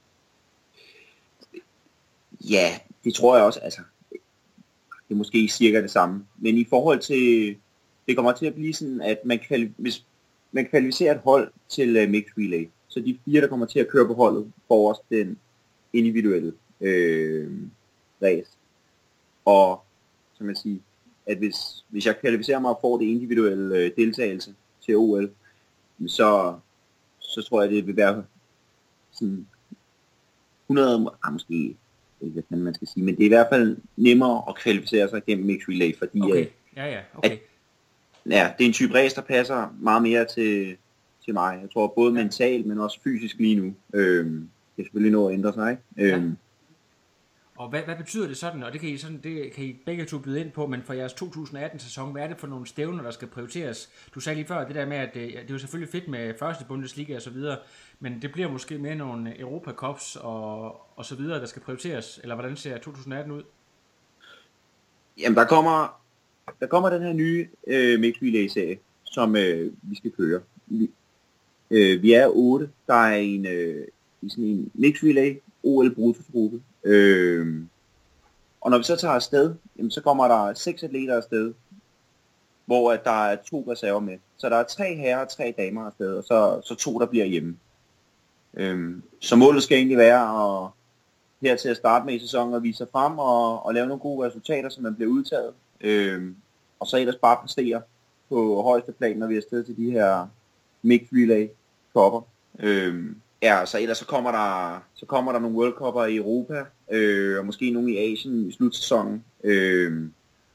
Ja, det tror jeg også. Altså, det er måske cirka det samme. Men i forhold til, det kommer til at blive sådan, at man kvalif- hvis man kvalificerer et hold til uh, Mixed Relay, så de fire, der kommer til at køre på holdet, får også den individuelle øh, race. Og som jeg siger, at hvis, hvis jeg kvalificerer mig og får det individuelle øh, deltagelse til O L, så, så tror jeg, det vil være sådan hundrede, ah, måske ikke, hvad man skal sige, men det er i hvert fald nemmere at kvalificere sig gennem Mixed Relay, fordi okay. at, ja, ja, okay. at, ja, det er en type race, der passer meget mere til, til mig. Jeg tror både ja. mentalt, men også fysisk lige nu. Øhm, det er selvfølgelig noget at ændre sig, ikke? Øhm, ja. Og hvad, hvad betyder det sådan, og det kan, I sådan, det kan I begge to byde ind på, men for jeres to tusind atten sæson, hvad er det for nogle stævner, der skal prioriteres? Du sagde lige før det der med, at det, det er jo selvfølgelig fedt med første Bundesliga og så videre, men det bliver måske mere nogle Europa Cups og, og så videre, der skal prioriteres, eller hvordan ser to tusind atten ud? Jamen der kommer, der kommer den her nye øh, Mixed Relay-serie, som øh, vi skal køre. Vi, øh, vi er otte, der er en, øh, sådan en Mixed Relay O L-brutogruppe. Øh, og når vi så tager afsted, jamen, så kommer der seks atleter afsted, hvor at der er to reserver med. Så der er tre herrer og tre damer afsted, og så, så to, der bliver hjemme. Øh, så målet skal egentlig være at, her til at starte med i sæsonen at vise sig frem og, og lave nogle gode resultater, så man bliver udtaget. Øh, og så ellers bare præstere på højeste plan, når vi er afsted til de her Mixed Relay kopper. Øh, Ja, så ellers så kommer der, så kommer der nogle World Cup'er i Europa, øh, og måske nogle i Asien i slutsæsonen. Øh,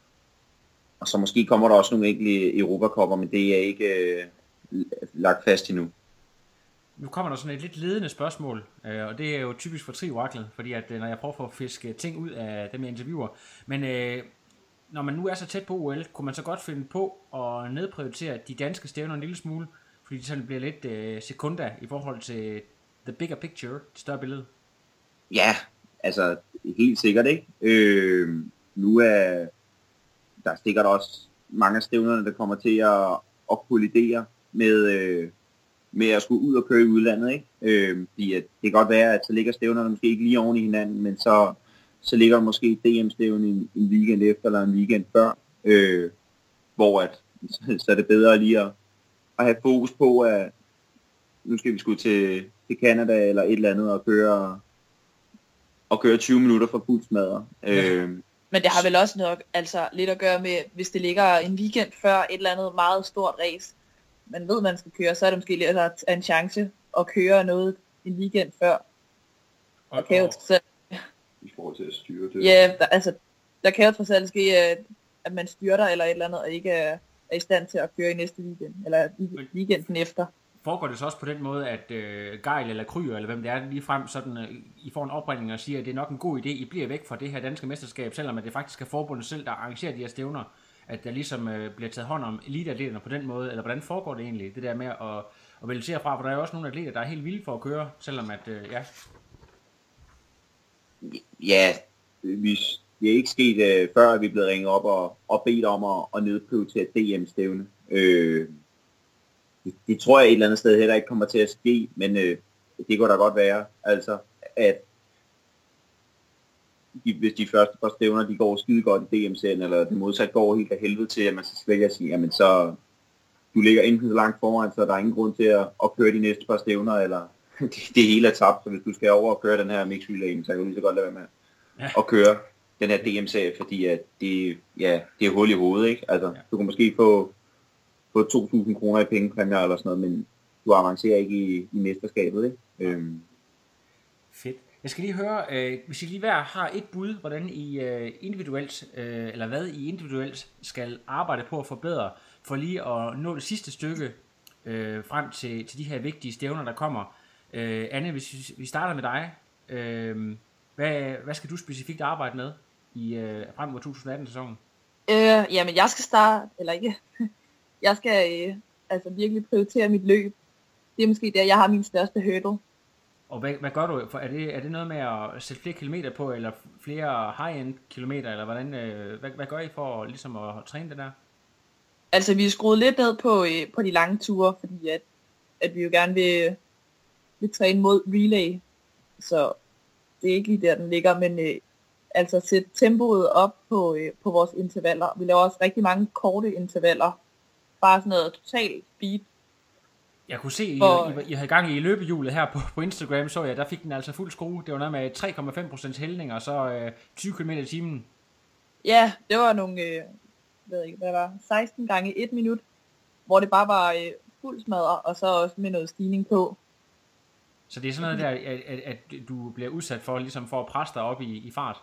og så måske kommer der også nogle enkelte Europa Cup'er, men det er ikke øh, lagt fast endnu. Nu kommer der sådan et lidt ledende spørgsmål, øh, og det er jo typisk for Tri-Oraklet, fordi at, når jeg prøver for at fiske ting ud af dem, jeg interviewer. Men øh, når man nu er så tæt på O L, kunne man så godt finde på at nedprioritere de danske stævner en lille smule, fordi det sådan bliver lidt øh, sekunda i forhold til the bigger picture, det større billede. Ja, altså helt sikkert, ikke? Øh, nu er der sikkert også mange af stævnerne, der kommer til at, at kollidere med, øh, med at skulle ud og køre i udlandet, ikke? Øh, fordi at det kan godt være, at så ligger stævnerne måske ikke lige oven i hinanden, men så, så ligger der måske D M-stævn en, en weekend efter eller en weekend før, øh, hvor at, så, så er det bedre lige at at have fokus på, at nu skal vi sgu til, til Canada eller et eller andet og køre, og køre tyve minutter fra pulsmadder. Ja. Øhm. Men det har vel også nok altså, lidt at gøre med, hvis det ligger en weekend før et eller andet meget stort race, man ved, man skal køre, så er det måske lidt en chance at køre noget en weekend før. Og, der kan jo trods alt, i forhold til at styre det. Ja, der, altså, der kan jo trods alt ske, at man styrter eller et eller andet, og ikke er, er i stand til at køre i næste weekend, eller i weekenden efter. foregår det så også på den måde, at øh, Gejl eller Kryer, eller hvem det er, lige frem sådan, øh, I får en opringning og siger, at det er nok en god idé, I bliver væk fra det her danske mesterskab, selvom at det faktisk er forbundet selv, der arrangerer de her stævner, at der ligesom øh, bliver taget hånd om eliteatleterne på den måde, eller hvordan foregår det egentlig, det der med at, at vælge til fra, for der er jo også nogle atleter, der er helt vilde for at køre, selvom at, øh, ja. Ja, vi, det er ikke sket øh, før, at vi er blevet ringet op og, og bedt om at, at nedprioritere D M-stævne. Øh, det, det tror jeg et eller andet sted heller ikke kommer til at ske, men øh, det kunne da godt være, altså, at de, hvis de første par stævner, de går skide godt i D M-serien, eller det modsat går helt af helvede til, at man skal slet ikke sige, jamen så, du ligger enten så langt foran, så der er ingen grund til at, at køre de næste par stævner, eller det, det hele er tabt, så hvis du skal over og køre den her mix relay, så kan du lige så godt lade være med ja. at køre den her D M-serie, fordi at det, ja, det er hul i hovedet, ikke? Altså, ja. Du kan måske få, få to tusind kroner i pengepræmier eller sådan noget, men du avancerer ikke i, i mesterskabet, ikke? Ja. Øhm. Fedt. Jeg skal lige høre, øh, hvis I lige hver har et bud, hvordan I øh, individuelt, øh, eller hvad I individuelt skal arbejde på at forbedre, for lige at nå det sidste stykke øh, frem til, til de her vigtige stævner, der kommer. Øh, Anne, hvis vi starter med dig, øh, hvad, hvad skal du specifikt arbejde med i øh, frem mod to tusind atten-sæsonen? Øh, jamen, jeg skal starte, eller ikke, jeg skal øh, altså virkelig prioritere mit løb. Det er måske der, jeg har min største hurdle. Og hvad, hvad gør du? Er det, er det noget med at sætte flere kilometer på, eller flere high-end kilometer, eller hvordan, øh, hvad, hvad gør I for ligesom at træne det der? Altså, vi er skruet lidt ned på, øh, på de lange ture, fordi at, at vi jo gerne vil, vil træne mod relay. Så det er ikke lige der, den ligger, men øh, altså sætte tempoet op på, øh, på vores intervaller. Vi laver også rigtig mange korte intervaller. Bare sådan noget totalt speed. Jeg kunne se, at I, I, I havde gang i løbehjulet her på, på Instagram, så jeg, der fik den altså fuld skrue. Det var noget med tre komma fem procent hældning, og så øh, tyve kilometer i timen. Ja, det var nogle, øh, ved ikke, hvad var, seksten gange et minut, hvor det bare var øh, fuld smadret, og så også med noget stigning på. Så det er sådan noget der, at, at, at du bliver udsat for, ligesom for at presse dig op i, i fart?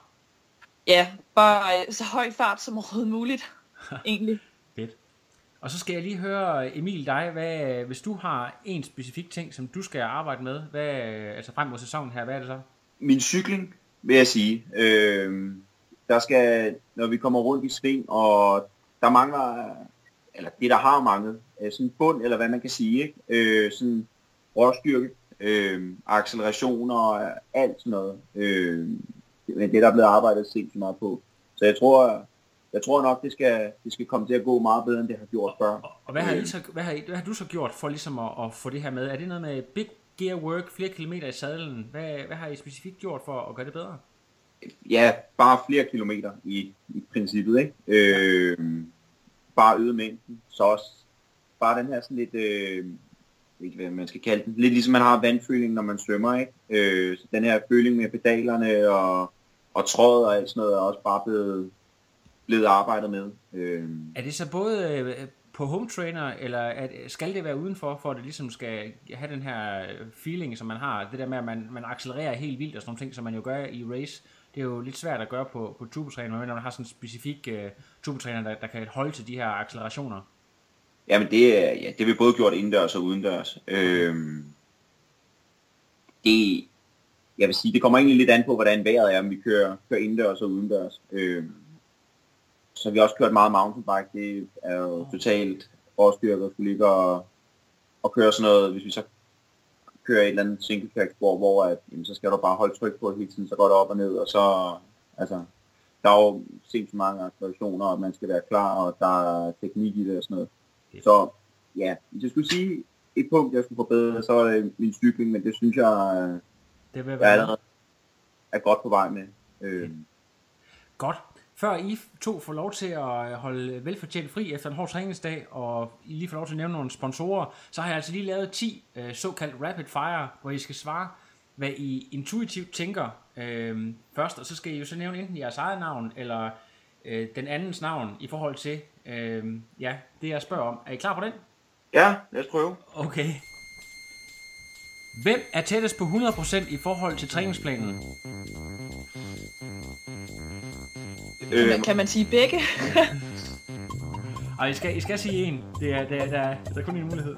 Ja, bare øh, så høj fart som overhovedet muligt, egentlig. Fedt. Og så skal jeg lige høre, Emil, dig, hvad, hvis du har en specifik ting, som du skal arbejde med, hvad, altså frem mod sæsonen her, hvad er det så? Min cykling, vil jeg sige. Øh, der skal, når vi kommer rundt i sving, og der mangler, eller det der har manglet, sådan bund, eller hvad man kan sige, ikke? Øh, sådan råstyrke, øh, accelerationer, alt sådan noget. Øh, det der er blevet arbejdet sindssygt meget på. Så jeg tror, jeg tror nok, det skal, det skal komme til at gå meget bedre, end det har gjort før. Og, og hvad, har I så, hvad, har I, hvad har du så gjort for ligesom at, at få det her med? Er det noget med big gear work, flere kilometer i sadlen? Hvad, hvad har I specifikt gjort for at gøre det bedre? Ja, bare flere kilometer i, i princippet, ikke? Øh, bare øget mængden, så også bare den her sådan lidt, øh, ikke hvad man skal kalde den, lidt ligesom man har vandføling, når man svømmer, ikke? Øh, så den her føling med pedalerne og, og tråd og alt sådan noget er også bare blevet, blevet arbejdet med. Øh. Er det så både på home trainer, eller at, skal det være udenfor, for at det ligesom skal have den her feeling, som man har, det der med, at man, man accelererer helt vildt og sådan nogle ting, som man jo gør i race? Det er jo lidt svært at gøre på, på turbotræner, men når man har sådan en specifik uh, turbotræner, der, der kan holde til de her accelerationer. Jamen det er, ja, det vil både gjort indendørs og udendørs. Øhm, det, jeg vil sige, det kommer egentlig lidt an på, hvordan vejret er, om vi kører, kører indendørs og udendørs. Øhm, så vi har også kørt meget mountainbike, det er jo totalt råstyrke at skulle ligge og, og køre sådan noget, hvis vi så kører et eller andet single track spor, hvor at, jamen, så skal du bare holde tryk på hele tiden, så går det op og ned, og så, altså, der er jo sindssygt mange accelerationer, og man skal være klar, og der er teknik i det og sådan noget. Så ja, hvis jeg skulle sige et punkt, jeg skulle forbedre, så er det min cykling, men det synes jeg, det vil jeg allerede er godt på vej med. Øh. Godt. Før I to får lov til at holde velfortjent fri efter en hård træningsdag, og I lige får lov til at nævne nogle sponsorer, så har jeg altså lige lavet ti øh, såkaldt rapid fire, hvor I skal svare, hvad I intuitivt tænker øh, først, og så skal I jo så nævne enten jeres eget navn, eller øh, den andens navn i forhold til, øh, ja, det jeg spørger om. Er I klar på den? Ja, lad os prøve. Okay. Hvem er tættest på hundrede procent i forhold til træningsplanen? Øh, kan, man, kan man sige begge? Ej, I skal, I skal sige en. Det er, det er, der, der er kun en mulighed.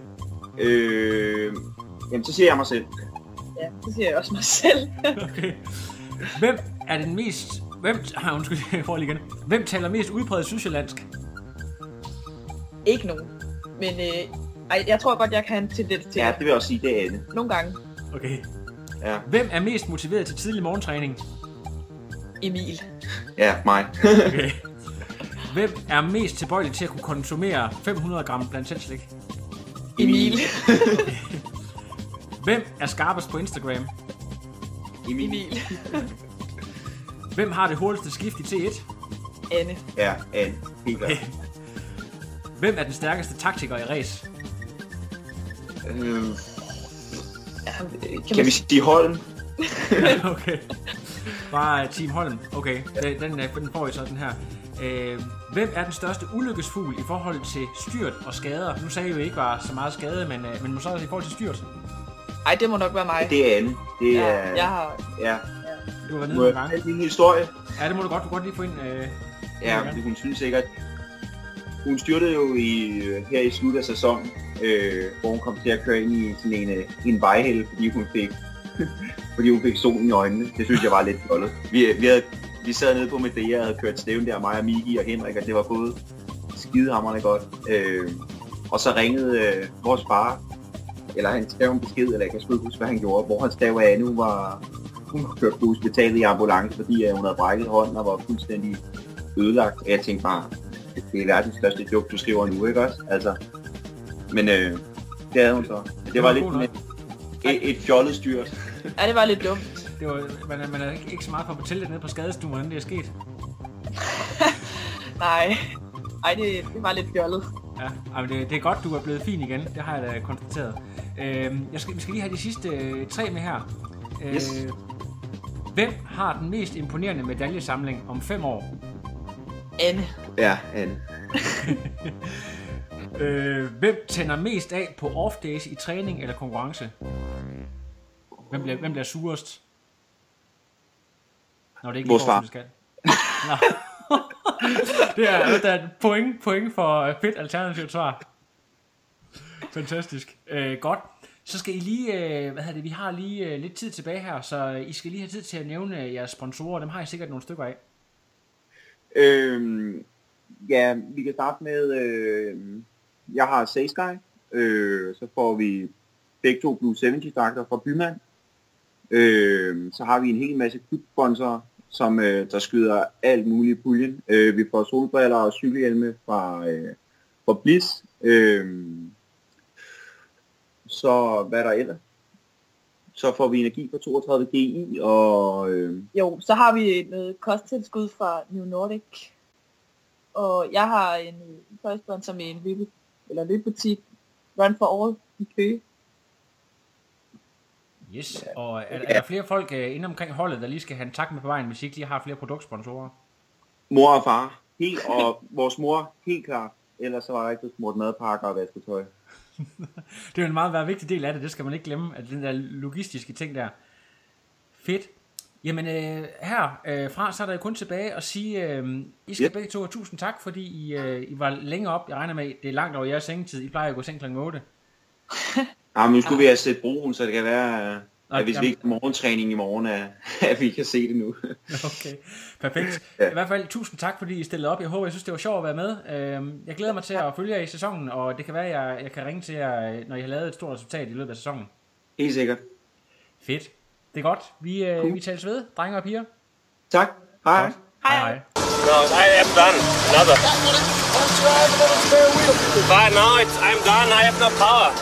Øh, jamen, så siger jeg mig selv. Ja, så siger jeg også mig selv. Okay. Hvem er den mest... Hvem... Ah, undskyld, jeg får lige igen. Hvem taler mest udpræget sydsjællandsk? Ikke nogen. Men øh, ej, jeg tror godt, jeg kan have en tendens til. Ja, det vil jeg også sige, det er Anne. Nogle gange. Okay. Ja. Hvem er mest motiveret til tidlig morgentræning? Emil. Ja, mig. Okay. Hvem er mest tilbøjelig til at kunne konsumere fem hundrede gram blandt selv slik? Emil. Okay. Hvem er skarpest på Instagram? Emil. Emil. Hvem har det hurtigste skift i T et? Anne. Ja, Anne. Helt Okay. Hvem er den stærkeste taktiker i race? Øh, Ja, kan, kan vi sige Holm? Ja, okay. Bare Team Holm. Okay, den, den, den får I så den her. Øh, hvem er den største ulykkesfugl i forhold til styrt og skader? Nu sagde I jo ikke var så meget skade, men, øh, men måske også i forhold til styrt. Ej, det må nok være mig. Det er Anne. Det ja, er... jeg har... Ja. Du har været Må nede jeg nogle gange. fortælle din historie? Ja, det må du godt, du godt lige få ind. Øh, Ja, det hun synes sikkert. Hun styrtede jo i, her i slut af sæsonen, øh, hvor hun kom til at køre ind i sådan en, en vejhælde, fordi hun fik fordi hun fik solen i øjnene. Det synes jeg var lidt fjollet. Vi, vi, havde, vi sad nede på Medea og havde kørt stævn der, mig og Miki og Henrik, og det var både skidehamrende godt. Øh, og så ringede øh, vores far, eller han skrev en besked, eller jeg kan sgu ikke huske, hvad han gjorde, hvor han skrev, at Anne var, hun var kørt på hospitalet i ambulance, fordi øh, hun havde brækket hånden og var fuldstændig ødelagt. Og jeg tænkte bare, det er verdens største joke, du skriver nu, ikke også? Altså, men øh, det havde hun så. Det, det var, var lidt med et, et fjollet styrt. Ja, det var lidt dumt. Det var, man, er, man er ikke, ikke så meget for at fortælle det nede på skadestuen, hvordan det er sket. Nej. Ej, det, det var lidt fjollet. Ja, men det, det er godt, du er blevet fin igen. Det har jeg da konstateret. Øh, jeg skal, vi skal lige have de sidste øh, tre med her. Øh, Yes. Hvem har den mest imponerende medaljesamling om fem år? Anne. Ja, Anne. øh, hvem tænder mest af på off-days i træning eller konkurrence? Hvem bliver, hvem bliver surest? Når det ikke Vores går, som far. det skal. Nå. Det er, der er point, point for fedt alternativt svar. Fantastisk. Øh, godt. Så skal I lige, øh, hvad hedder det, vi har lige øh, lidt tid tilbage her, så I skal lige have tid til at nævne jeres sponsorer. Dem har I sikkert nogle stykker af. Øhm, ja, vi kan starte med, øh, jeg har SaySky, øh, så får vi begge to Blue halvfems dragter fra Byman. Øh, så har vi en hel masse klubsponsorer, som øh, der skyder alt muligt i puljen. Øh, vi får solbriller og cykelhjelme fra, øh, fra Bliss. Øh, så hvad er der ellers? Så får vi energi fra toogtredive G I, og... Øh, Jo, så har vi noget kosttilskud fra New Nordic. Og jeg har en tøjsponsor med en løbe, eller løbebutik, Run for All i Køge. Yes, og er, er der flere folk uh, inde omkring holdet, der lige skal have en tak med på vejen, hvis I ikke lige har flere produktsponsorer? Mor og far, helt, og vores mor, helt klart. Ellers så var der ikke blevet smurt madpakker og vasketøj. Det er jo en meget, meget vigtig del af det, det skal man ikke glemme, at den der logistiske ting der. Fedt. Jamen øh, her øh, fra, så er der jo kun tilbage at sige, øh, I skal yep. begge to have tusind tak, fordi I, øh, I var længe op. Jeg regner med, det er langt over jeres sengetid. I plejer at gå seng klokken otte. Ja, men nu skulle vi have set broen, så det kan være, at Nej, hvis vi ikke har morgentræning i morgen, at vi kan se det nu. Okay, perfekt. Ja. I hvert fald tusind tak, fordi I stillede op. Jeg håber, jeg synes, det var sjovt at være med. Jeg glæder mig til at følge jer i sæsonen, og det kan være, at jeg, jeg kan ringe til jer, når I har lavet et stort resultat i løbet af sæsonen. Helt sikkert. Fedt. Det er godt. Vi, cool. vi tales ved, drenge og piger. Tak. Hej. Godt. Hej. Hej. No, I am done. Another. But now it's, I'm done. I have no power.